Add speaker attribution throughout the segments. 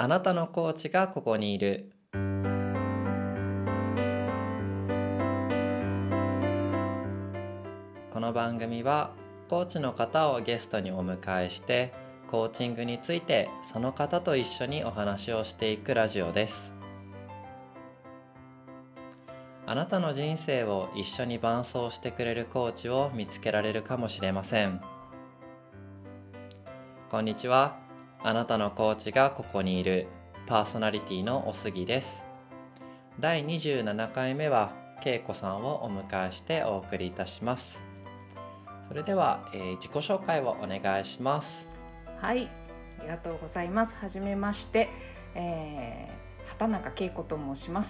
Speaker 1: あなたのコーチがここにいる。この番組はコーチの方をゲストにお迎えしてコーチングについてその方と一緒にお話をしていくラジオです。あなたの人生を一緒に伴走してくれるコーチを見つけられるかもしれません。こんにちは。あなたのコーチがここにいるパーソナリティのおすぎです。第27回目はけいこさんをお迎えしてお送りいたします。それでは、自己紹介をお願いします。
Speaker 2: はい、ありがとうございます。はじめまして、畑中恵子と申します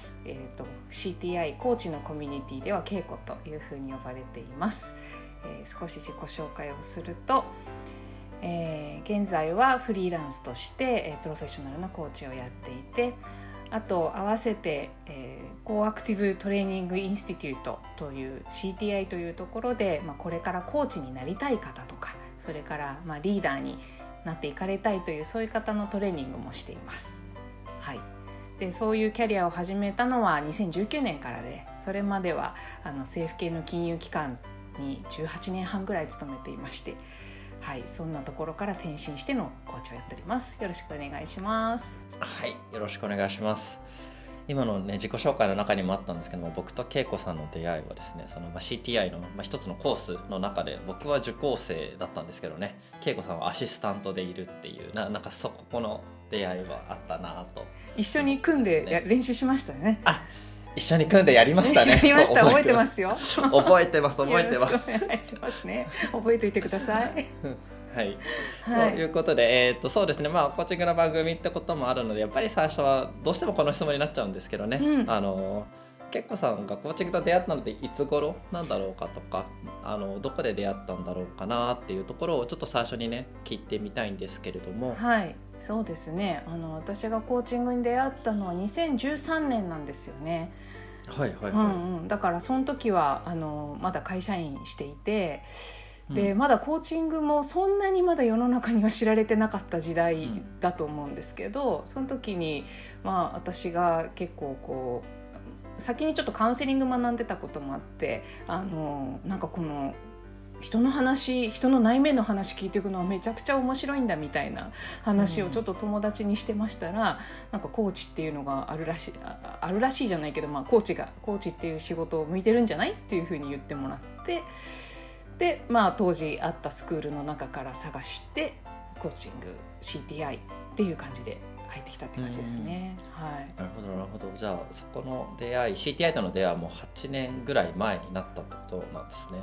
Speaker 2: 。CTI コーチのコミュニティでは恵子というふうに呼ばれています。少し自己紹介をすると、現在はフリーランスとして、プロフェッショナルなコーチをやっていて、あと合わせて、コーアクティブトレーニングインスティテュートという CTI というところで、これからコーチになりたい方とか、それから、リーダーになっていかれたいというそういう方のトレーニングもしています。はい。で、そういうキャリアを始めたのは2019年からで、それまでは政府系の金融機関に18年半ぐらい勤めていまして、はい、そんなところから転身してのコーチをやっております。よろしくお願いします。
Speaker 1: はい、よろしくお願いします。今のね、自己紹介の中にもあったんですけども、僕と恵子さんの出会いはですね、そのCTI の一つのコースの中で、僕は受講生だったんですけどね、恵子さんはアシスタントでいるっていうなんかそこの出会いはあったなと。
Speaker 2: 一緒に組んで練習しましたよね。
Speaker 1: 一緒に組んでやりましたね。
Speaker 2: やりました。覚えてますよ。
Speaker 1: 覚えてます。
Speaker 2: よろしくお願いしますね。覚えておいてください。
Speaker 1: はい、ということで、そうですね、コーチングの番組ってこともあるので、やっぱり最初はどうしてもこの質問になっちゃうんですけどね、けいこさんがコーチングと出会ったのでいつ頃なんだろうかとか、どこで出会ったんだろうかなっていうところをちょっと最初にね聞いてみたいんですけれども。
Speaker 2: はい、そうですね、私がコーチングに出会ったのは2013年なんですよね。
Speaker 1: はいはいはい。
Speaker 2: だからその時はまだ会社員していて、でまだコーチングもそんなにまだ世の中には知られてなかった時代だと思うんですけど、その時に、私が結構こう先にちょっとカウンセリング学んでたこともあって、なんかこの人の内面の話聞いていくのはめちゃくちゃ面白いんだみたいな話をちょっと友達にしてましたら、なんかコーチっていうのがあるらしいじゃないけど、コーチっていう仕事を向いてるんじゃないっていうふうに言ってもらって、で、当時あったスクールの中から探してコーチング CTI っていう感じで入ってきたって感じですね。はい。
Speaker 1: なるほどなるほど。じゃあそこの出会い CTI との出会いはもう8年ぐらい前になったってことなんですね。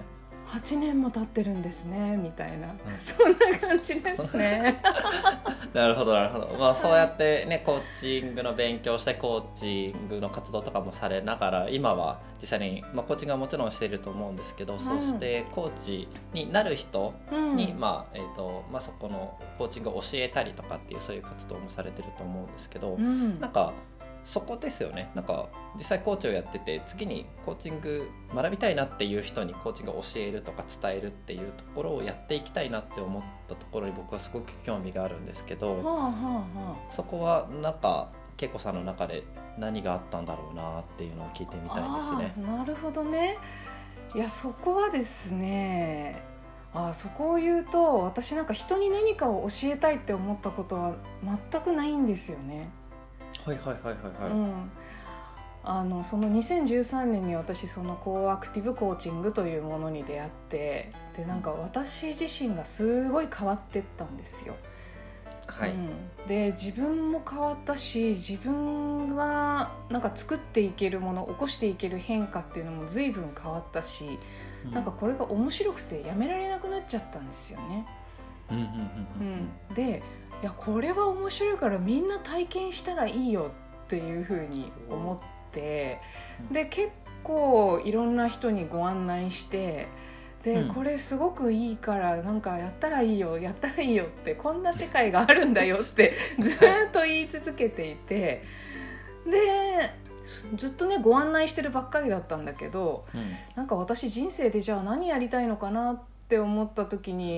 Speaker 2: 8年も経ってるんですねみたいな、そんな感じですね。
Speaker 1: なるほどなるほど。そうやってね、コーチングの勉強してコーチングの活動とかもされながら、今は実際に、コーチングはもちろんしていると思うんですけど、そしてコーチになる人に、そこのコーチングを教えたりとかっていうそういう活動もされてると思うんですけど、なんかそこですよね。なんか実際コーチをやってて、次にコーチング学びたいなっていう人にコーチングを教えるとか伝えるっていうところをやっていきたいなって思ったところに僕はすごく興味があるんですけど、そこはなんかけいこさんの中で何があったんだろうなっていうのを聞いてみたいですね。
Speaker 2: なるほどね。いや、そこはですね、そこを言うと、私なんか人に何かを教えたいって思ったことは全くないんですよね。
Speaker 1: はいはいはいはい
Speaker 2: はい。その2013年に私そのコーアクティブコーチングというものに出会って、でなんか私自身がすごい変わってったんですよ。
Speaker 1: はい。
Speaker 2: で自分も変わったし、自分がなんか作っていけるもの、起こしていける変化っていうのも随分変わったし、なんかこれが面白くてやめられなくなっちゃったんですよね。で、いやこれは面白いからみんな体験したらいいよっていうふうに思って、で結構いろんな人にご案内して、でこれすごくいいからなんかやったらいいよやったらいいよって、こんな世界があるんだよってずっと言い続けていて、でずっとねご案内してるばっかりだったんだけど、なんか私人生でじゃあ何やりたいのかなって思った時に、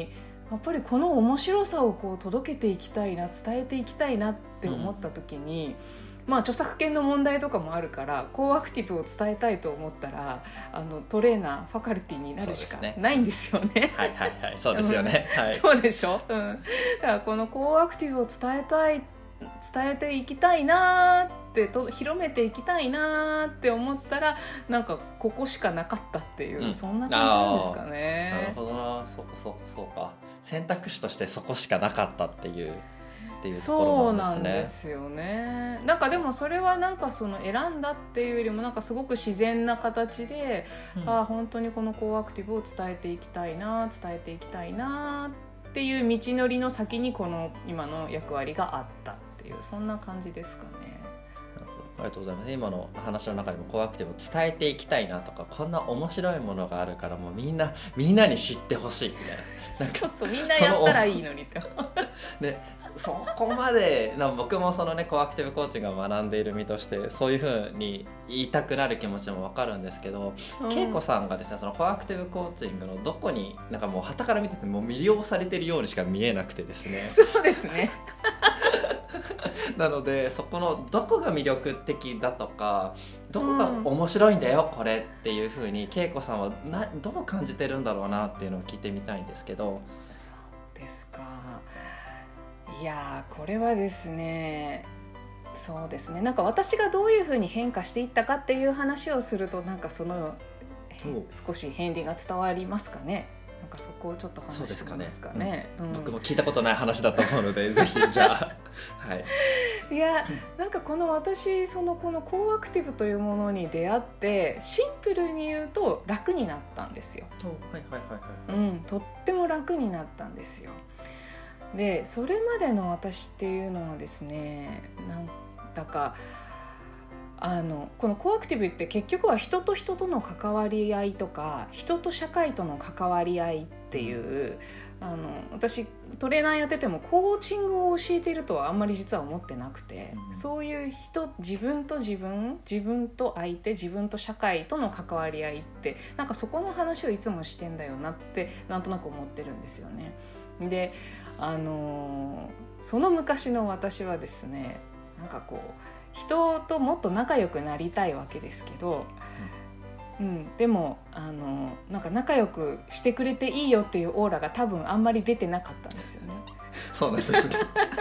Speaker 2: やっぱりこの面白さをこう届けていきたいな、伝えていきたいなって思った時に、まあ著作権の問題とかもあるからコーアクティブを伝えたいと思ったらトレーナーファカルティになるしかないんですよね。
Speaker 1: はいはいはい、そうですよね、はい、
Speaker 2: そうでしょ、だからこのコーアクティブを伝えていきたいなって広めていきたいなって思ったらなんかここしかなかったっていう、そんな感じなんですかね。
Speaker 1: なるほどな、そうか、選択肢としてそこしかなかったっていうところなんですね。
Speaker 2: そうなんですよね。なんかでもそれはなんかその選んだっていうよりもなんかすごく自然な形で、本当にこのコーアクティブを伝えていきたいなっていう道のりの先にこの今の役割があったっていう、そんな感じですかね。
Speaker 1: なるほど、ありがとうございます。今の話の中にもコーアクティブを伝えていきたいなとか、こんな面白いものがあるからもうみんなに知ってほしいみたいな、なんか
Speaker 2: そうみんなやったらいいのにって
Speaker 1: ね、そこまで僕もそのねコーアクティブコーチングを学んでいる身としてそういう風に言いたくなる気持ちも分かるんですけど、恵子さんがですねそのコーアクティブコーチングのどこになんかもう傍から見ててもう魅了されてるようにしか見えなくてですね
Speaker 2: そうですね
Speaker 1: なのでそこのどこが魅力的だとかどこが面白いんだよこれっていう風に恵子さんはどう感じてるんだろうなっていうのを聞いてみたいんですけど。
Speaker 2: そうですか。いやこれはですね、そうですね、なんか私がどういうふうに変化していったかっていう話をするとなんかその少し片鱗が伝わりますかね。なんかそこをちょっと話してみますかね。
Speaker 1: 僕も聞いたことない話だと思うのでぜひじゃあはい。
Speaker 2: いやなんかこの私このコーアクティブというものに出会ってシンプルに言うと楽になったんですよ。とっても楽になったんですよ。でそれまでの私っていうのはですね、なんだかこのコアクティブって結局は人と人との関わり合いとか人と社会との関わり合いっていう私トレーナーやっててもコーチングを教えているとはあんまり実は思ってなくて、そういう自分と相手、自分と社会との関わり合いってなんかそこの話をいつもしてんだよなってなんとなく思ってるんですよね。でその昔の私はですね、なんかこう人ともっと仲良くなりたいわけですけど、でもなんか仲良くしてくれていいよっていうオーラが多分あんまり出てなかったんですよね。
Speaker 1: そうなんですね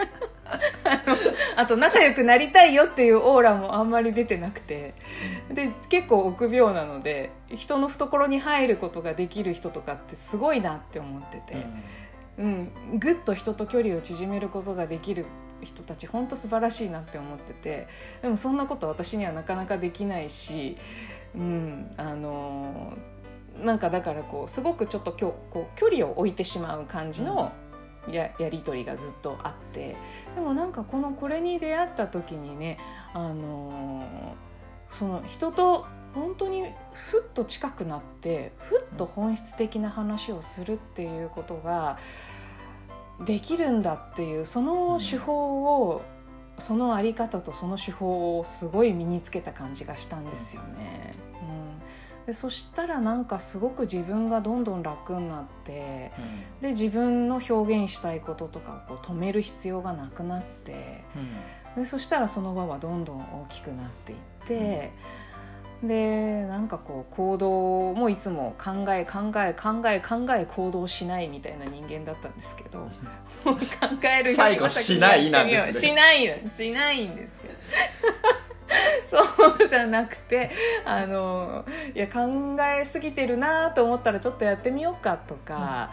Speaker 2: あと仲良くなりたいよっていうオーラもあんまり出てなくて、で結構臆病なので人の懐に入ることができる人とかってすごいなって思ってて、ぐっと人と距離を縮めることができる人たち本当素晴らしいなって思ってて、でもそんなこと私にはなかなかできないし、なんかだからこうすごくちょっとこう距離を置いてしまう感じのやり取りがずっとあって、でもなんかこれに出会った時にね、その人と本当にふっと近くなってふっと本質的な話をするっていうことができるんだっていうその手法を、そのあり方とその手法をすごい身につけた感じがしたんですよね。でそしたらなんかすごく自分がどんどん楽になって、で自分の表現したいこととかをこう止める必要がなくなって、でそしたらその輪はどんどん大きくなっていって、でなんかこう行動もいつも考え行動しないみたいな人間だったんですけど考える
Speaker 1: 最後しないなんですね。
Speaker 2: しないんですよそうじゃなくていや考えすぎてるなと思ったらちょっとやってみようかとか、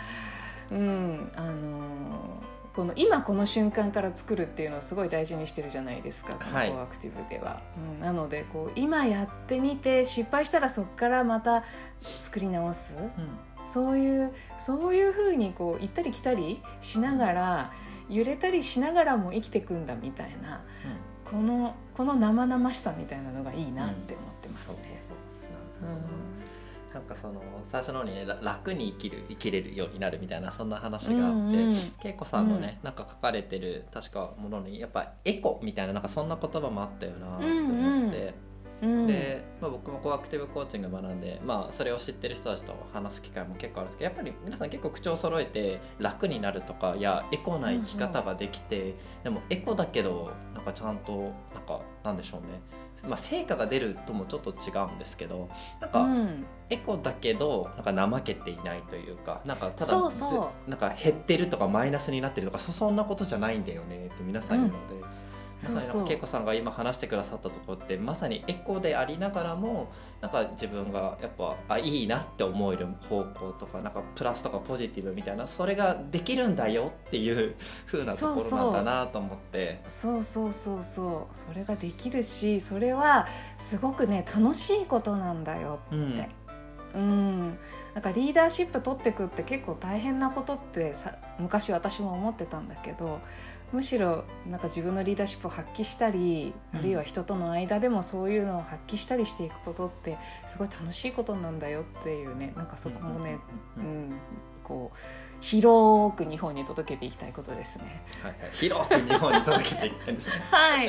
Speaker 2: この今この瞬間から作るっていうのをすごい大事にしてるじゃないですか、このコーアクティブでは、なのでこう今やってみて失敗したらそこからまた作り直す、そういう風にこう行ったり来たりしながら揺れたりしながらも生きていくんだみたいな、この生々しさみたいなのがいいなって思ってますね。
Speaker 1: なんかその最初の方に、楽に生きれるようになるみたいなそんな話があって、恵子さんのね、なんか書かれてる確かものにやっぱエコみたいな、なんかそんな言葉もあったよなと思って、 で、僕もアクティブコーチング学んで、それを知ってる人たちと話す機会も結構あるんですけど、やっぱり皆さん結構口調を揃えて楽になるとか、いやエコな生き方ができて、でもエコだけどなんかちゃんとなんでしょうね、成果が出るともちょっと違うんですけど、なんか、エコだけどなんか怠けていないというか、なんかただなんか減ってるとかマイナスになってるとか、そんなことじゃないんだよねって皆さん言うので、恵子さんが今話してくださったところってまさにエコでありながらも、なんか自分がやっぱいいなって思える方向とか、なんかプラスとかポジティブみたいな、それができるんだよっていう風なところなんだなと思って、
Speaker 2: そうそれができるし、それはすごくね楽しいことなんだよって、なんかリーダーシップ取ってくって結構大変なことって昔私も思ってたんだけど、むしろなんか自分のリーダーシップを発揮したり、あるいは人との間でもそういうのを発揮したりしていくことってすごい楽しいことなんだよっていうね、なんかそこもね、こう広く日本に届けていきたいことですね。
Speaker 1: 広く日本に届けていきたいですね。
Speaker 2: はい。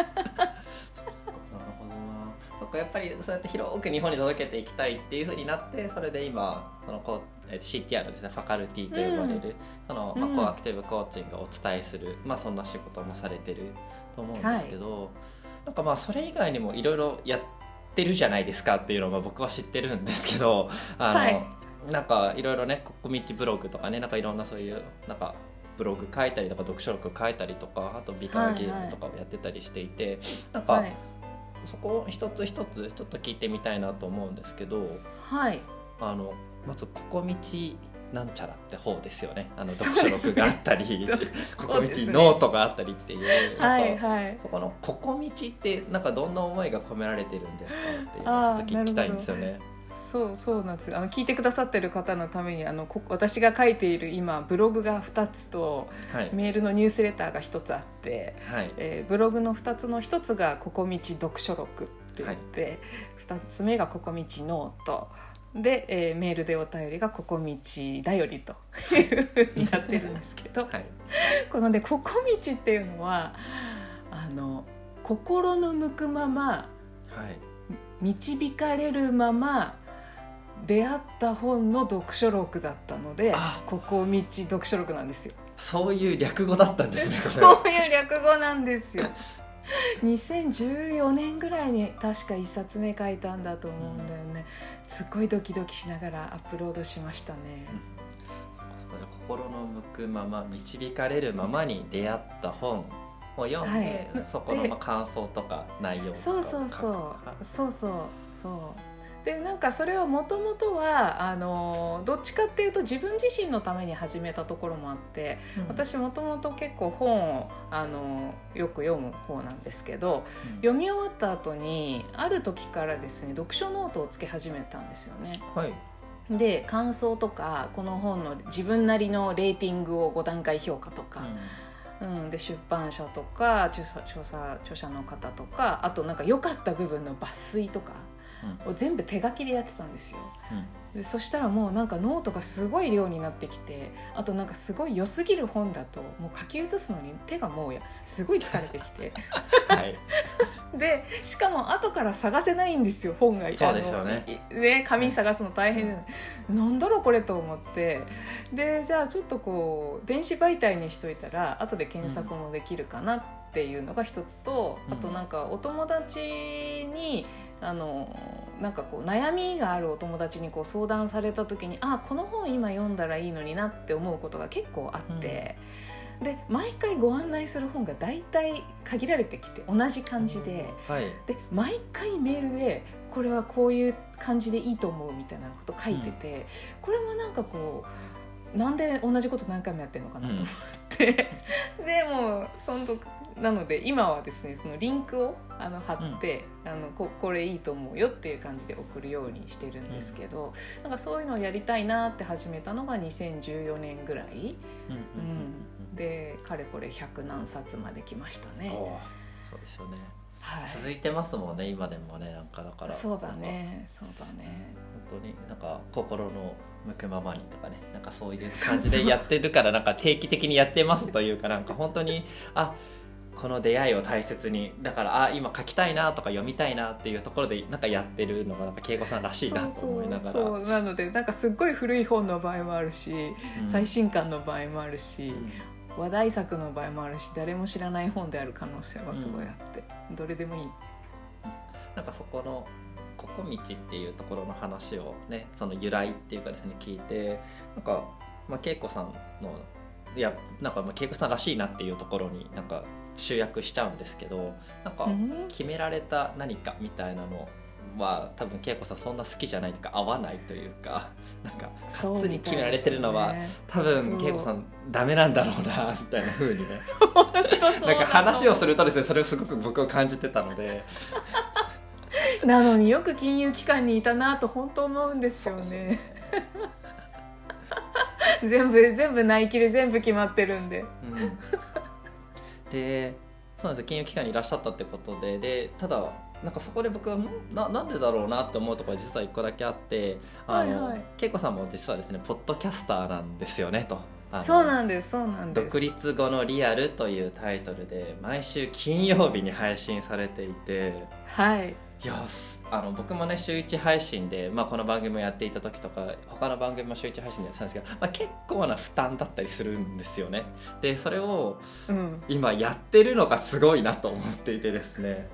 Speaker 1: やっぱりそうやって広く日本に届けていきたいっていう風になって、それで今そのCTR ですね、ファカルティと呼ばれる、そのコアクティブコーチングをお伝えする、そんな仕事もされてると思うんですけど、なんかそれ以外にもいろいろやってるじゃないですかっていうのを僕は知ってるんですけど、なんかいろいろね、ココミチブログとかね、なんかいろんなそういうなんかブログ書いたりとか読書録書いたりとか、あとビターゲームとかをやってたりしていて、なんか、そこを一つ一つちょっと聞いてみたいなと思うんですけど、まずココミチなんちゃらって方ですよね。読書録があったりココミチノートがあったりっていう、そこのココミチってなんかどんな思いが込められてるんですかっていうのをちょっと聞きたいんですよね。
Speaker 2: そうなんです。聞いてくださってる方のために私が書いている今ブログが2つと、メールのニュースレターが1つあって、ブログの2つの1つがココミチ読書録って言って、2つ目がココミチノートで、メールでお便りがココミチだよりというふうになってるんですけど、このねココミチっていうのは心の向くまま、導かれるまま出会った本の読書録だったので、ココミチ読書録なんですよ。
Speaker 1: そういう略語だったんですね。
Speaker 2: そういう略語なんですよ。2014年ぐらいに確か1冊目書いたんだと思うんだよね。すっごいドキドキしながらアップロードしましたね。
Speaker 1: 心の向くまま、導かれるままに出会った本を読んで、そこの感想とか内容とかを書く。
Speaker 2: そうで、なんかそれはもともとはどっちかっていうと自分自身のために始めたところもあって、私もともと結構本をよく読む方なんですけど、読み終わった後にある時からですね、読書ノートをつけ始めたんですよね。で、感想とかこの本の自分なりのレーティングを5段階評価とか、で出版社とか著者の方とか、あとなんか良かった部分の抜粋とかを全部手書きでやってたんですよ。でそしたらもうなんかノートがすごい量になってきて、あとなんかすごい良すぎる本だともう書き写すのに手がもうすごい疲れてきてでしかも後から探せないんですよ、本が。
Speaker 1: そうですよね。
Speaker 2: 紙探すの大変なんだろうこれと思って、でじゃあちょっとこう電子媒体にしといたら後で検索もできるかなっていうのが一つと、あとなんかお友達になんかこう悩みがあるお友達にこう相談された時に、この本今読んだらいいのになって思うことが結構あって、で毎回ご案内する本が大体限られてきて同じ感じで、で毎回メールでこれはこういう感じでいいと思うみたいなこと書いてて、これもなんかこうなんで同じこと何回もやってるのかなと思って、でもなので今はですね、そのリンクを貼って、これいいと思うよっていう感じで送るようにしてるんですけど、なんかそういうのをやりたいなって始めたのが2014年ぐらい、でかれこれ100何冊まで来ましたね。
Speaker 1: そうですよね。続いてますもんね、今でもね。なんかだから
Speaker 2: そうだね。
Speaker 1: 本当になんか心の向くままにとかね、なんかそういう感じでやってるから、なんか定期的にやってますというか、なんか本当にこの出会いを大切に、だから今書きたいなとか読みたいなっていうところでなんかやってるのがなんか恵子さんらしいなと思いながら、
Speaker 2: そうなのでなんかすっごい古い本の場合もあるし、最新刊の場合もあるし、話題作の場合もあるし、誰も知らない本である可能性もすごいあって、どれでもいい。
Speaker 1: なんかそこのここ道っていうところの話をね、その由来っていうかですね聞いて、なんか恵子さんのなんか恵子さんらしいなっていうところになんか集約しちゃうんですけど、なんか決められた何かみたいなのは多分恵子さんそんな好きじゃないというか合わないというか、なんかがっつり決められてるのは、多分恵子さんダメなんだろうなみたいな風にねなんか話をするとですね、それをすごく僕は感じてたので
Speaker 2: なのによく金融機関にいたなと本当思うんですよね。全部ナイキで全部決まってるんで、でそうなんです、金融機関にいらっしゃったってことで、ただなんかそこで僕はなんでだろうなって思うところが実は1個だけあって、恵子さんも実はですねポッドキャスターなんですよねと。 そうなんです。
Speaker 1: 独立後のリアルというタイトルで毎週金曜日に配信されていて、いや僕もね週1配信で、この番組をやっていた時とか他の番組も週1配信でやってたんですけど、結構な負担だったりするんですよね。でそれを今やってるのがすごいなと思っていてですね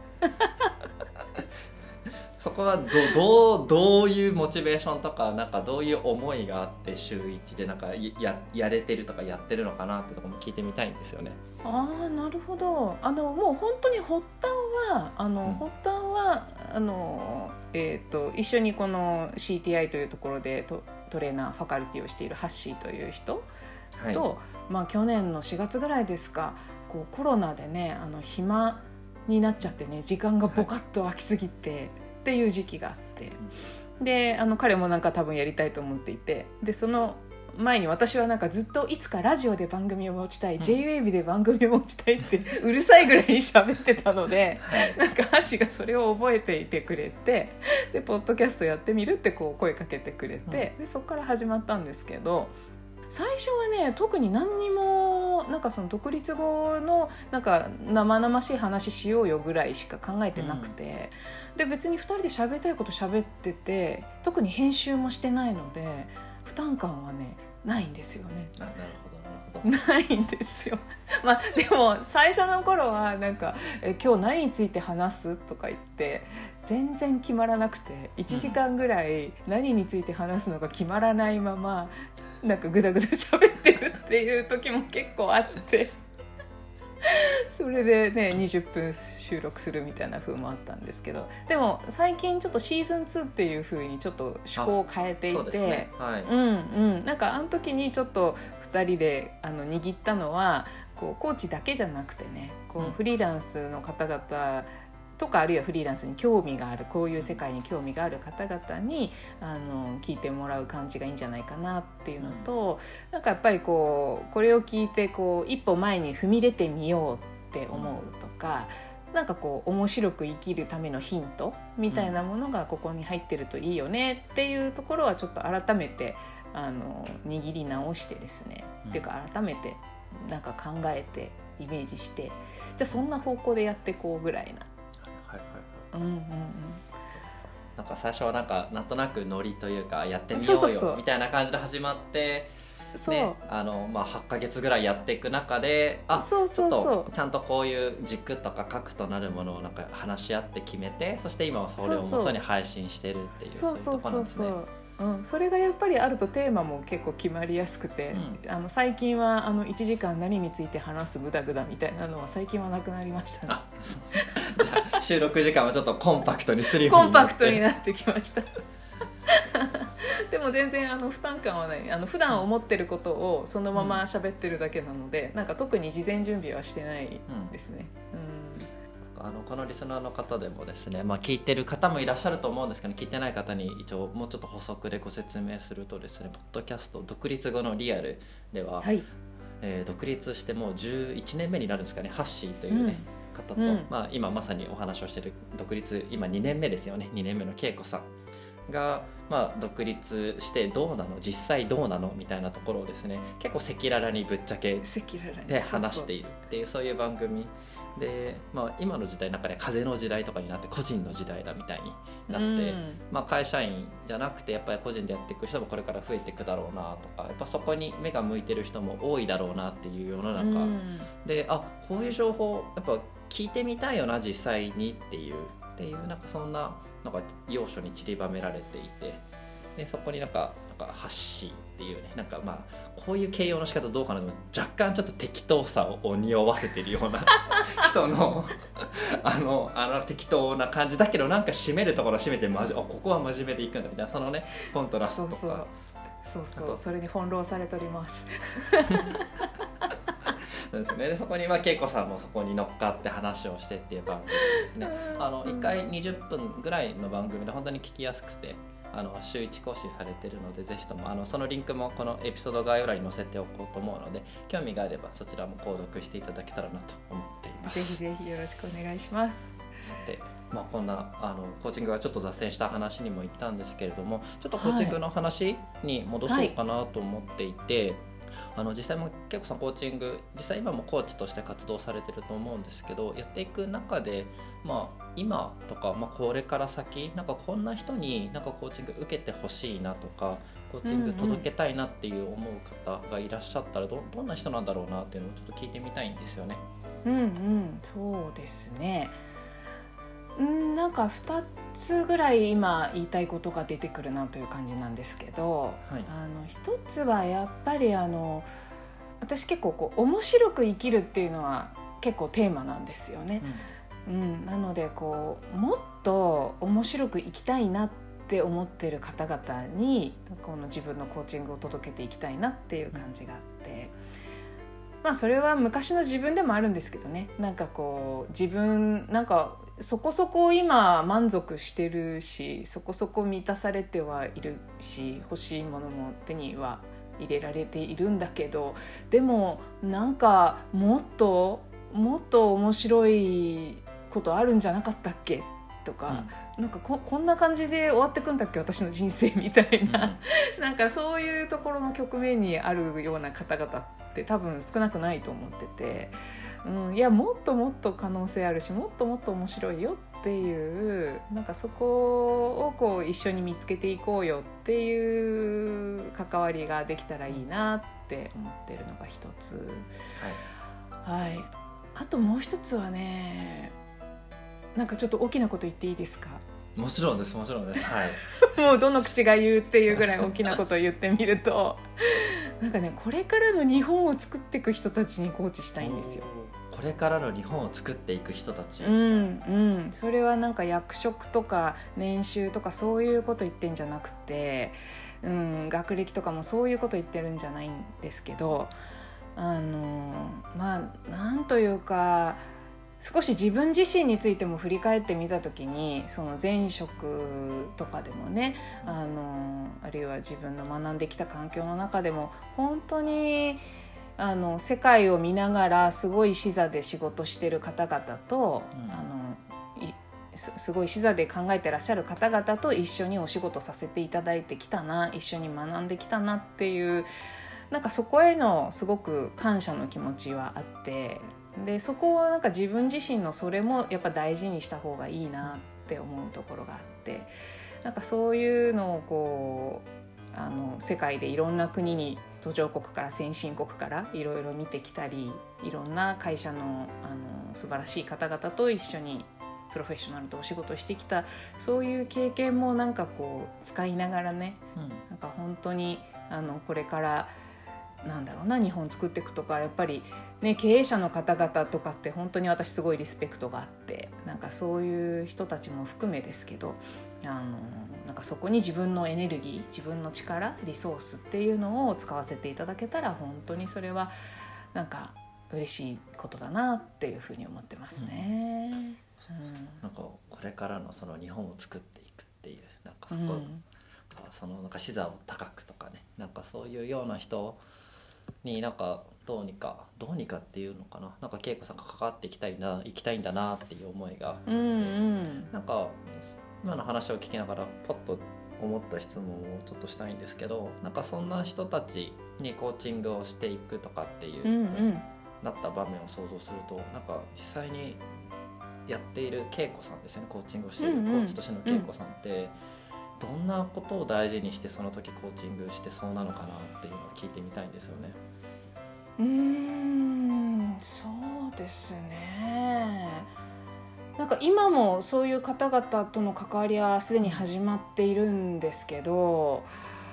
Speaker 1: そこはどういうモチベーションとか、なんかどういう思いがあって週1でなんか やれてるとかやってるのかなってところも聞いてみたいんですよね。
Speaker 2: なるほど。もう本当に発端は一緒にこの CTI というところでトレーナーファカルティをしているハッシーという人と、去年の4月ぐらいですか、こうコロナでね暇になっちゃってね、時間がボカッと空きすぎて、っていう時期があって、で彼もなんか多分やりたいと思っていて、でその前に私はなんかずっといつかラジオで番組を持ちたい、J-WAVE で番組を持ちたいってうるさいぐらいに喋ってたので、なんかハシがそれを覚えていてくれて、でポッドキャストやってみるってこう声かけてくれて、でそこから始まったんですけど、最初はね特に何にもなんかその独立後のなんか生々しい話しようよぐらいしか考えてなくて、で別に2人で喋りたいこと喋ってて、特に編集もしてないので負担感はねないんですよね。
Speaker 1: なるほど
Speaker 2: ないんですよ。でも最初の頃はなんか今日何について話すとか言って全然決まらなくて、1時間ぐらい何について話すのか決まらないままなんかグダグダ喋ってるっていう時も結構あってそれでね20分収録するみたいな風もあったんですけど、でも最近ちょっとシーズン2っていう風にちょっと趣向を変えていて、なんかあの時にちょっと2人で握ったのはこうコーチだけじゃなくてね、こうフリーランスの方々とか、あるいはフリーランスに興味がある、こういう世界に興味がある方々に聞いてもらう感じがいいんじゃないかなっていうのと、なんかやっぱりこれを聞いて一歩前に踏み出てみようって思うとか、なんか面白く生きるためのヒントみたいなものがここに入ってるといいよねっていうところはちょっと改めて握り直してですね、っていうか改めてなんか考えてイメージして、じゃあそんな方向でやっていこうぐらいな。
Speaker 1: なんか最初はなんとなくノリというかやってみようよみたいな感じで始まって、8ヶ月ぐらいやっていく中でちょっとちゃんとこういう軸とか核となるものをなんか話し合って決めて、そして今はそれを元に配信してるっていうそういうところなんですね。
Speaker 2: それがやっぱりあるとテーマも結構決まりやすくて、最近は1時間何について話すグダグダみたいなのは最近はなくなりましたね。
Speaker 1: じゃあ収録時間はちょっとコンパクトにスリム
Speaker 2: になってコンパクトになってきましたでも全然負担感はない。普段思ってることをそのまま喋ってるだけなので、なんか特に事前準備はしてないですね。
Speaker 1: このリスナーの方でもですね、聞いてる方もいらっしゃると思うんですけど、聞いてない方に一応もうちょっと補足でご説明するとですね、ポッドキャスト独立後のリアルでは、独立してもう11年目になるんですかね、ハッシーというね、方と、今まさにお話をしている独立今2年目ですよね、2年目の恵子さんが、独立してどうなの、実際どうなのみたいなところをですね、結構赤裸々にぶっちゃけで話しているっていうそういう番組で、今の時代の中で風の時代とかになって個人の時代だみたいになって、会社員じゃなくてやっぱり個人でやっていく人もこれから増えていくだろうなとか、やっぱそこに目が向いてる人も多いだろうなっていう世の中、でこういう情報やっぱ聞いてみたいよな実際にっていうなんかそんな要所に散りばめられていて、でそこになんか発信っていうね、こういう形容の仕方どうかなと思って、若干ちょっと適当さを匂わせてるような人の適当な感じだけど、なんか締めるところは締めてここは真面目でいくんだみたいな、そのねコントラストとか、
Speaker 2: そうそれに翻弄されております
Speaker 1: そうですね、でそこに恵子さんもそこに乗っかって話をしてっていう番組ですね。1回20分ぐらいの番組で本当に聞きやすくて、週1更新されてるので、ぜひともそのリンクもこのエピソード概要欄に載せておこうと思うので、興味があればそちらも購読していただけたらなと思っています。
Speaker 2: ぜひぜひよろしくお願いします。
Speaker 1: さて、こんなコーチングがちょっと脱線した話にも言ったんですけれども、ちょっとコーチングの話に戻そうかなと思っていて、実際も結構さんコーチング、実際今もコーチとして活動されてると思うんですけど、やっていく中で、今とか、これから先こんな人にコーチング受けてほしいなとか、コーチング届けたいなっていう思う方がいらっしゃったら、どんな人なんだろうなっていうのをちょっと聞いてみたいんですよね。
Speaker 2: そうですね。2つぐらい今言いたいことが出てくるなという感じなんですけど、一つはやっぱり私結構面白く生きるっていうのは結構テーマなんですよね。なのでもっと面白く生きたいなって思ってる方々にこの自分のコーチングを届けていきたいなっていう感じがあって、それは昔の自分でもあるんですけどね、自分そこそこ今満足してるし、そこそこ満たされてはいるし、欲しいものも手には入れられているんだけど、でももっと面白いことあるんじゃなかったっけとか、こんな感じで終わってくんだっけ私の人生みたいな、そういうところの局面にあるような方々って多分少なくないと思ってて、いやもっともっと可能性あるし、もっともっと面白いよっていう、そこを一緒に見つけていこうよっていう関わりができたらいいなって思ってるのが一つ。あともう一つはね、ちょっと大きなこと言っていいですか？
Speaker 1: もちろんです、もちろんです。
Speaker 2: もうどの口が言うっていうぐらい大きなことを言ってみるとこれからの日本を作っていく人たちにコーチしたいんですよ。
Speaker 1: これからの日本を作っていく人たち、
Speaker 2: それは役職とか年収とかそういうこと言ってんじゃなくて、学歴とかもそういうこと言ってるんじゃないんですけど、なんというか、少し自分自身についても振り返ってみたときに、その前職とかでもね、あるいは自分の学んできた環境の中でも本当に世界を見ながらすごい視座で仕事してる方々と、すごい視座で考えてらっしゃる方々と一緒にお仕事させていただいてきたな、一緒に学んできたなっていう、そこへのすごく感謝の気持ちはあって、でそこは自分自身のそれもやっぱ大事にした方がいいなって思うところがあって、そういうのを世界でいろんな国に、途上国から先進国からいろいろ見てきたり、いろんな会社の素晴らしい方々と一緒にプロフェッショナルとお仕事してきた、そういう経験も使いながらね、本当にこれから日本作っていくとか、やっぱりね、経営者の方々とかって本当に私すごいリスペクトがあって、そういう人たちも含めですけど、そこに自分のエネルギー、自分の力、リソースっていうのを使わせていただけたら、本当にそれは嬉しいことだなっていうふうに思ってますね。
Speaker 1: これからのその日本を作っていくっていう、そこ、その視座を高くとかね、そういうような人にどうにかっていうのかな、恵子さんが関わっていきたいんだなっていう思いがあって、今の話を聞きながらポッと思った質問をちょっとしたいんですけど、そんな人たちにコーチングをしていくとかっていう、 なった場面を想像すると、なんか実際にやっている恵子さんですよね、コーチングをしているコーチとしての恵子さんって、どんなことを大事にしてその時コーチングしてそうなのかなっていうのを聞いてみたいんですよね。
Speaker 2: そうですね。なんか今もそういう方々との関わりはすでに始まっているんですけど、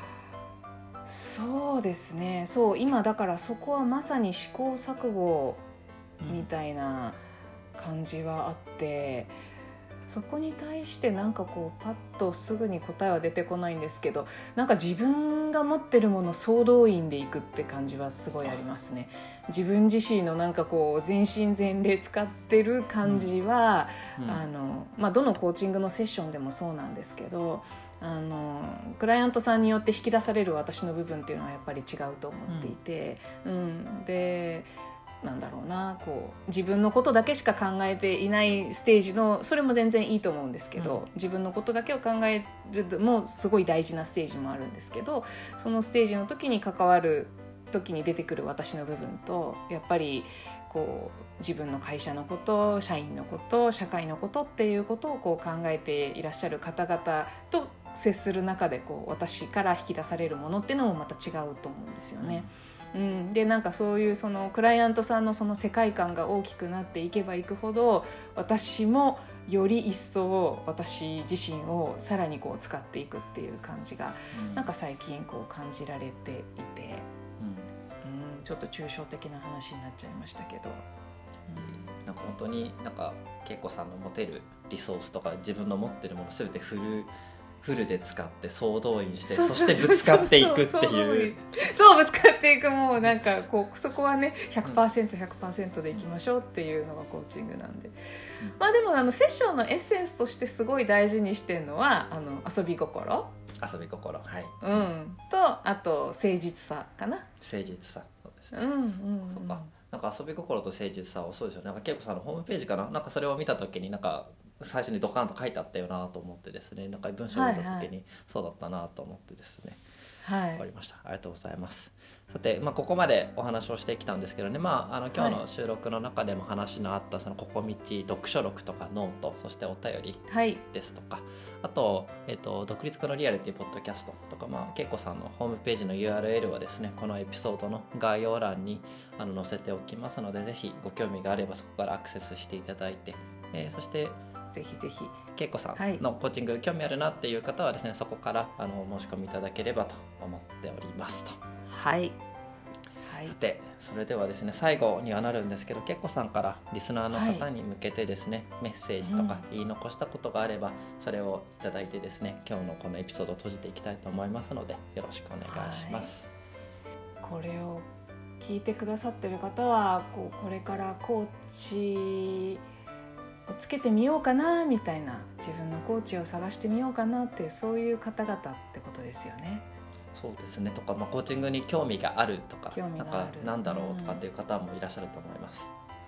Speaker 2: そうですね、そう今だからそこはまさに試行錯誤みたいな感じはあって、そこに対してなんかこうパッとすぐに答えは出てこないんですけど、なんか自分が持ってるもの総動員でいくって感じはすごいありますね。自分自身のなんかこう全身全霊使ってる感じは、どのコーチングのセッションでもそうなんですけど、クライアントさんによって引き出される私の部分っていうのはやっぱり違うと思っていて、でなんだろうな、こう自分のことだけしか考えていないステージの、それも全然いいと思うんですけど、自分のことだけを考えるもすごい大事なステージもあるんですけど、そのステージの時に関わる時に出てくる私の部分と、やっぱりこう自分の会社のこと、社員のこと、社会のことっていうことをこう考えていらっしゃる方々と接する中で、こう私から引き出されるものっていうのもまた違うと思うんですよね。でなんかそういうそのクライアントさんのその世界観が大きくなっていけばいくほど、私もより一層私自身をさらにこう使っていくっていう感じが、なんか最近こう感じられていて、ちょっと抽象的な話になっちゃいましたけど、
Speaker 1: なんか本当になんか恵子さんの持てるリソースとか自分の持ってるもの全てフルで使って総動員して、そしてぶつかっていくっていう、
Speaker 2: そうぶつかっていく、もうなんかこうそこはね 100%100% でいきましょうっていうのがコーチングなんで、でもセッションのエッセンスとしてすごい大事にしてるのは遊び心、
Speaker 1: はい、
Speaker 2: とあと誠実さかな。
Speaker 1: 誠実さ、そうですね。そうか、なんか遊び心と誠実さはそうですよね。なんか恵子さんのホームページかな、なんかそれを見た時になんか最初にドカンと書いてあったよなと思ってですね、なんか文章を見た時にそうだったなと思ってですね、わかりました。ありがとうございます。さて、ここまでお話をしてきたんですけどね、今日の収録の中でも話のあったそのここみち読書録とかノート、そしてお便りですとか、あと、独立家のリアルっていうポッドキャストとか、恵子さんのホームページの URL はですね、このエピソードの概要欄に載せておきますので、ぜひご興味があればそこからアクセスしていただいて、そして
Speaker 2: ぜひぜひ
Speaker 1: 恵子さんのコーチング興味あるなっていう方はですね、そこから申し込みいただければと思っておりますと。
Speaker 2: はい、
Speaker 1: さて、それではですね、最後にはなるんですけど、恵子さんからリスナーの方に向けてですね、メッセージとか言い残したことがあれば、それをいただいてですね、今日のこのエピソードを閉じていきたいと思いますので、よろしくお願いします。
Speaker 2: これを聞いてくださってる方はこれからコーチをつけてみようかなみたいな、自分のコーチを探してみようかなって、そういう方々ってことですよね。
Speaker 1: そうですね、とか、コーチングに興味があるとか、なんだろうとかっていう方もいらっしゃると思います。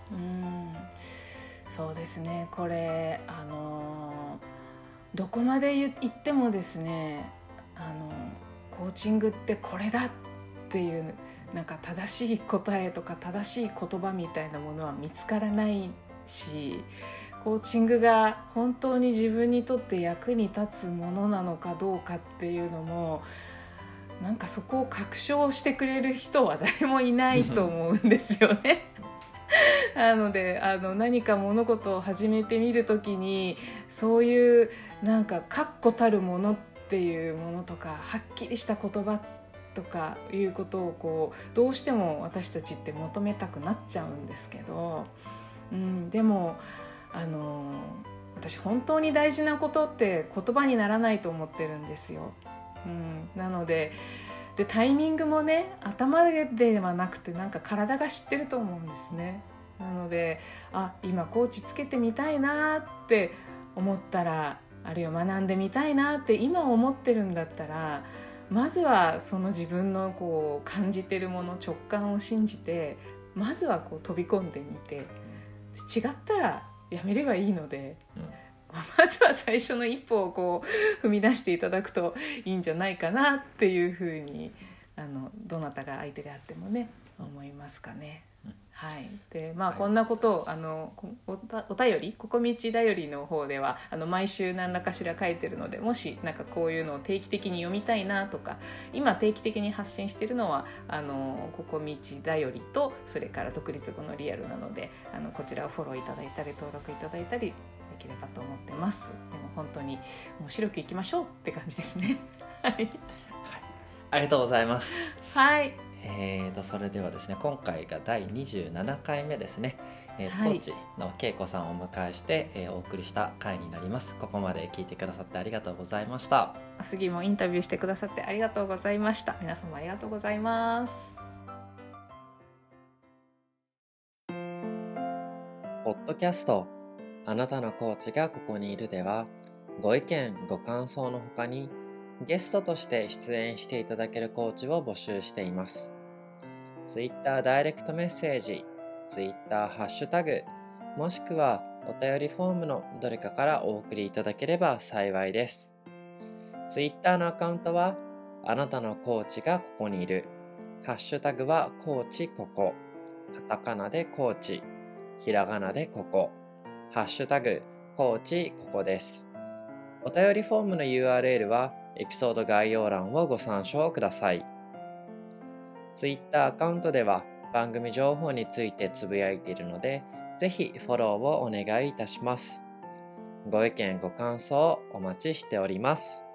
Speaker 2: そうですね、これどこまで言ってもですね、コーチングってこれだっていうなんか正しい答えとか正しい言葉みたいなものは見つからないし、コーチングが本当に自分にとって役に立つものなのかどうかっていうのも、なんかそこを確証してくれる人は誰もいないと思うんですよねなので何か物事を始めてみるときに、そういうなんか確固たるものっていうものとか、はっきりした言葉とかいうことをこうどうしても私たちって求めたくなっちゃうんですけど、でも私本当に大事なことって言葉にならないと思ってるんですよ。なのでタイミングもね、頭ではなくてなんか体が知ってると思うんですね。なので今コーチつけてみたいなって思ったら、あるいは学んでみたいなって今思ってるんだったら、まずはその自分のこう感じてるもの、直感を信じて、まずはこう飛び込んでみて、違ったらやめればいいので、まずは最初の一歩をこう踏み出していただくといいんじゃないかなっていうふうにどなたが相手であってもね思いますかね。 はい、でまあ、
Speaker 1: はい
Speaker 2: こんなことをお便りここみちだよりの方では毎週何らかしら書いてるので、もしなんかこういうのを定期的に読みたいなとか、今定期的に発信してるのはここみちだよりと、それから独立後のリアルなので、こちらをフォローいただいたり登録いただいたりできればと思ってます。でも本当に面白くいきましょうって感じですね。はい、
Speaker 1: はい、ありがとうございます。
Speaker 2: はい、
Speaker 1: それではですね、今回が第27回目ですね、
Speaker 2: はい
Speaker 1: コーチの恵子さんをお迎えして、お送りした回になります。ここまで聞いてくださってありがとうございました。
Speaker 2: 次もインタビューしてくださってありがとうございました。皆様ありがとうございます。
Speaker 1: ポッドキャスト、あなたのコーチがここにいるでは、ご意見ご感想の他にゲストとして出演していただけるコーチを募集しています。Twitter ダイレクトメッセージ、Twitter ハッシュタグ、もしくはお便りフォームのどれかからお送りいただければ幸いです。Twitter のアカウントは、あなたのコーチがここにいる。ハッシュタグはコーチここ。カタカナでコーチ、ひらがなでここ。ハッシュタグコーチここです。お便りフォームの URL はエピソード概要欄をご参照ください。Twitter アカウントでは番組情報についてつぶやいているので、ぜひフォローをお願いいたします。ご意見ご感想お待ちしております。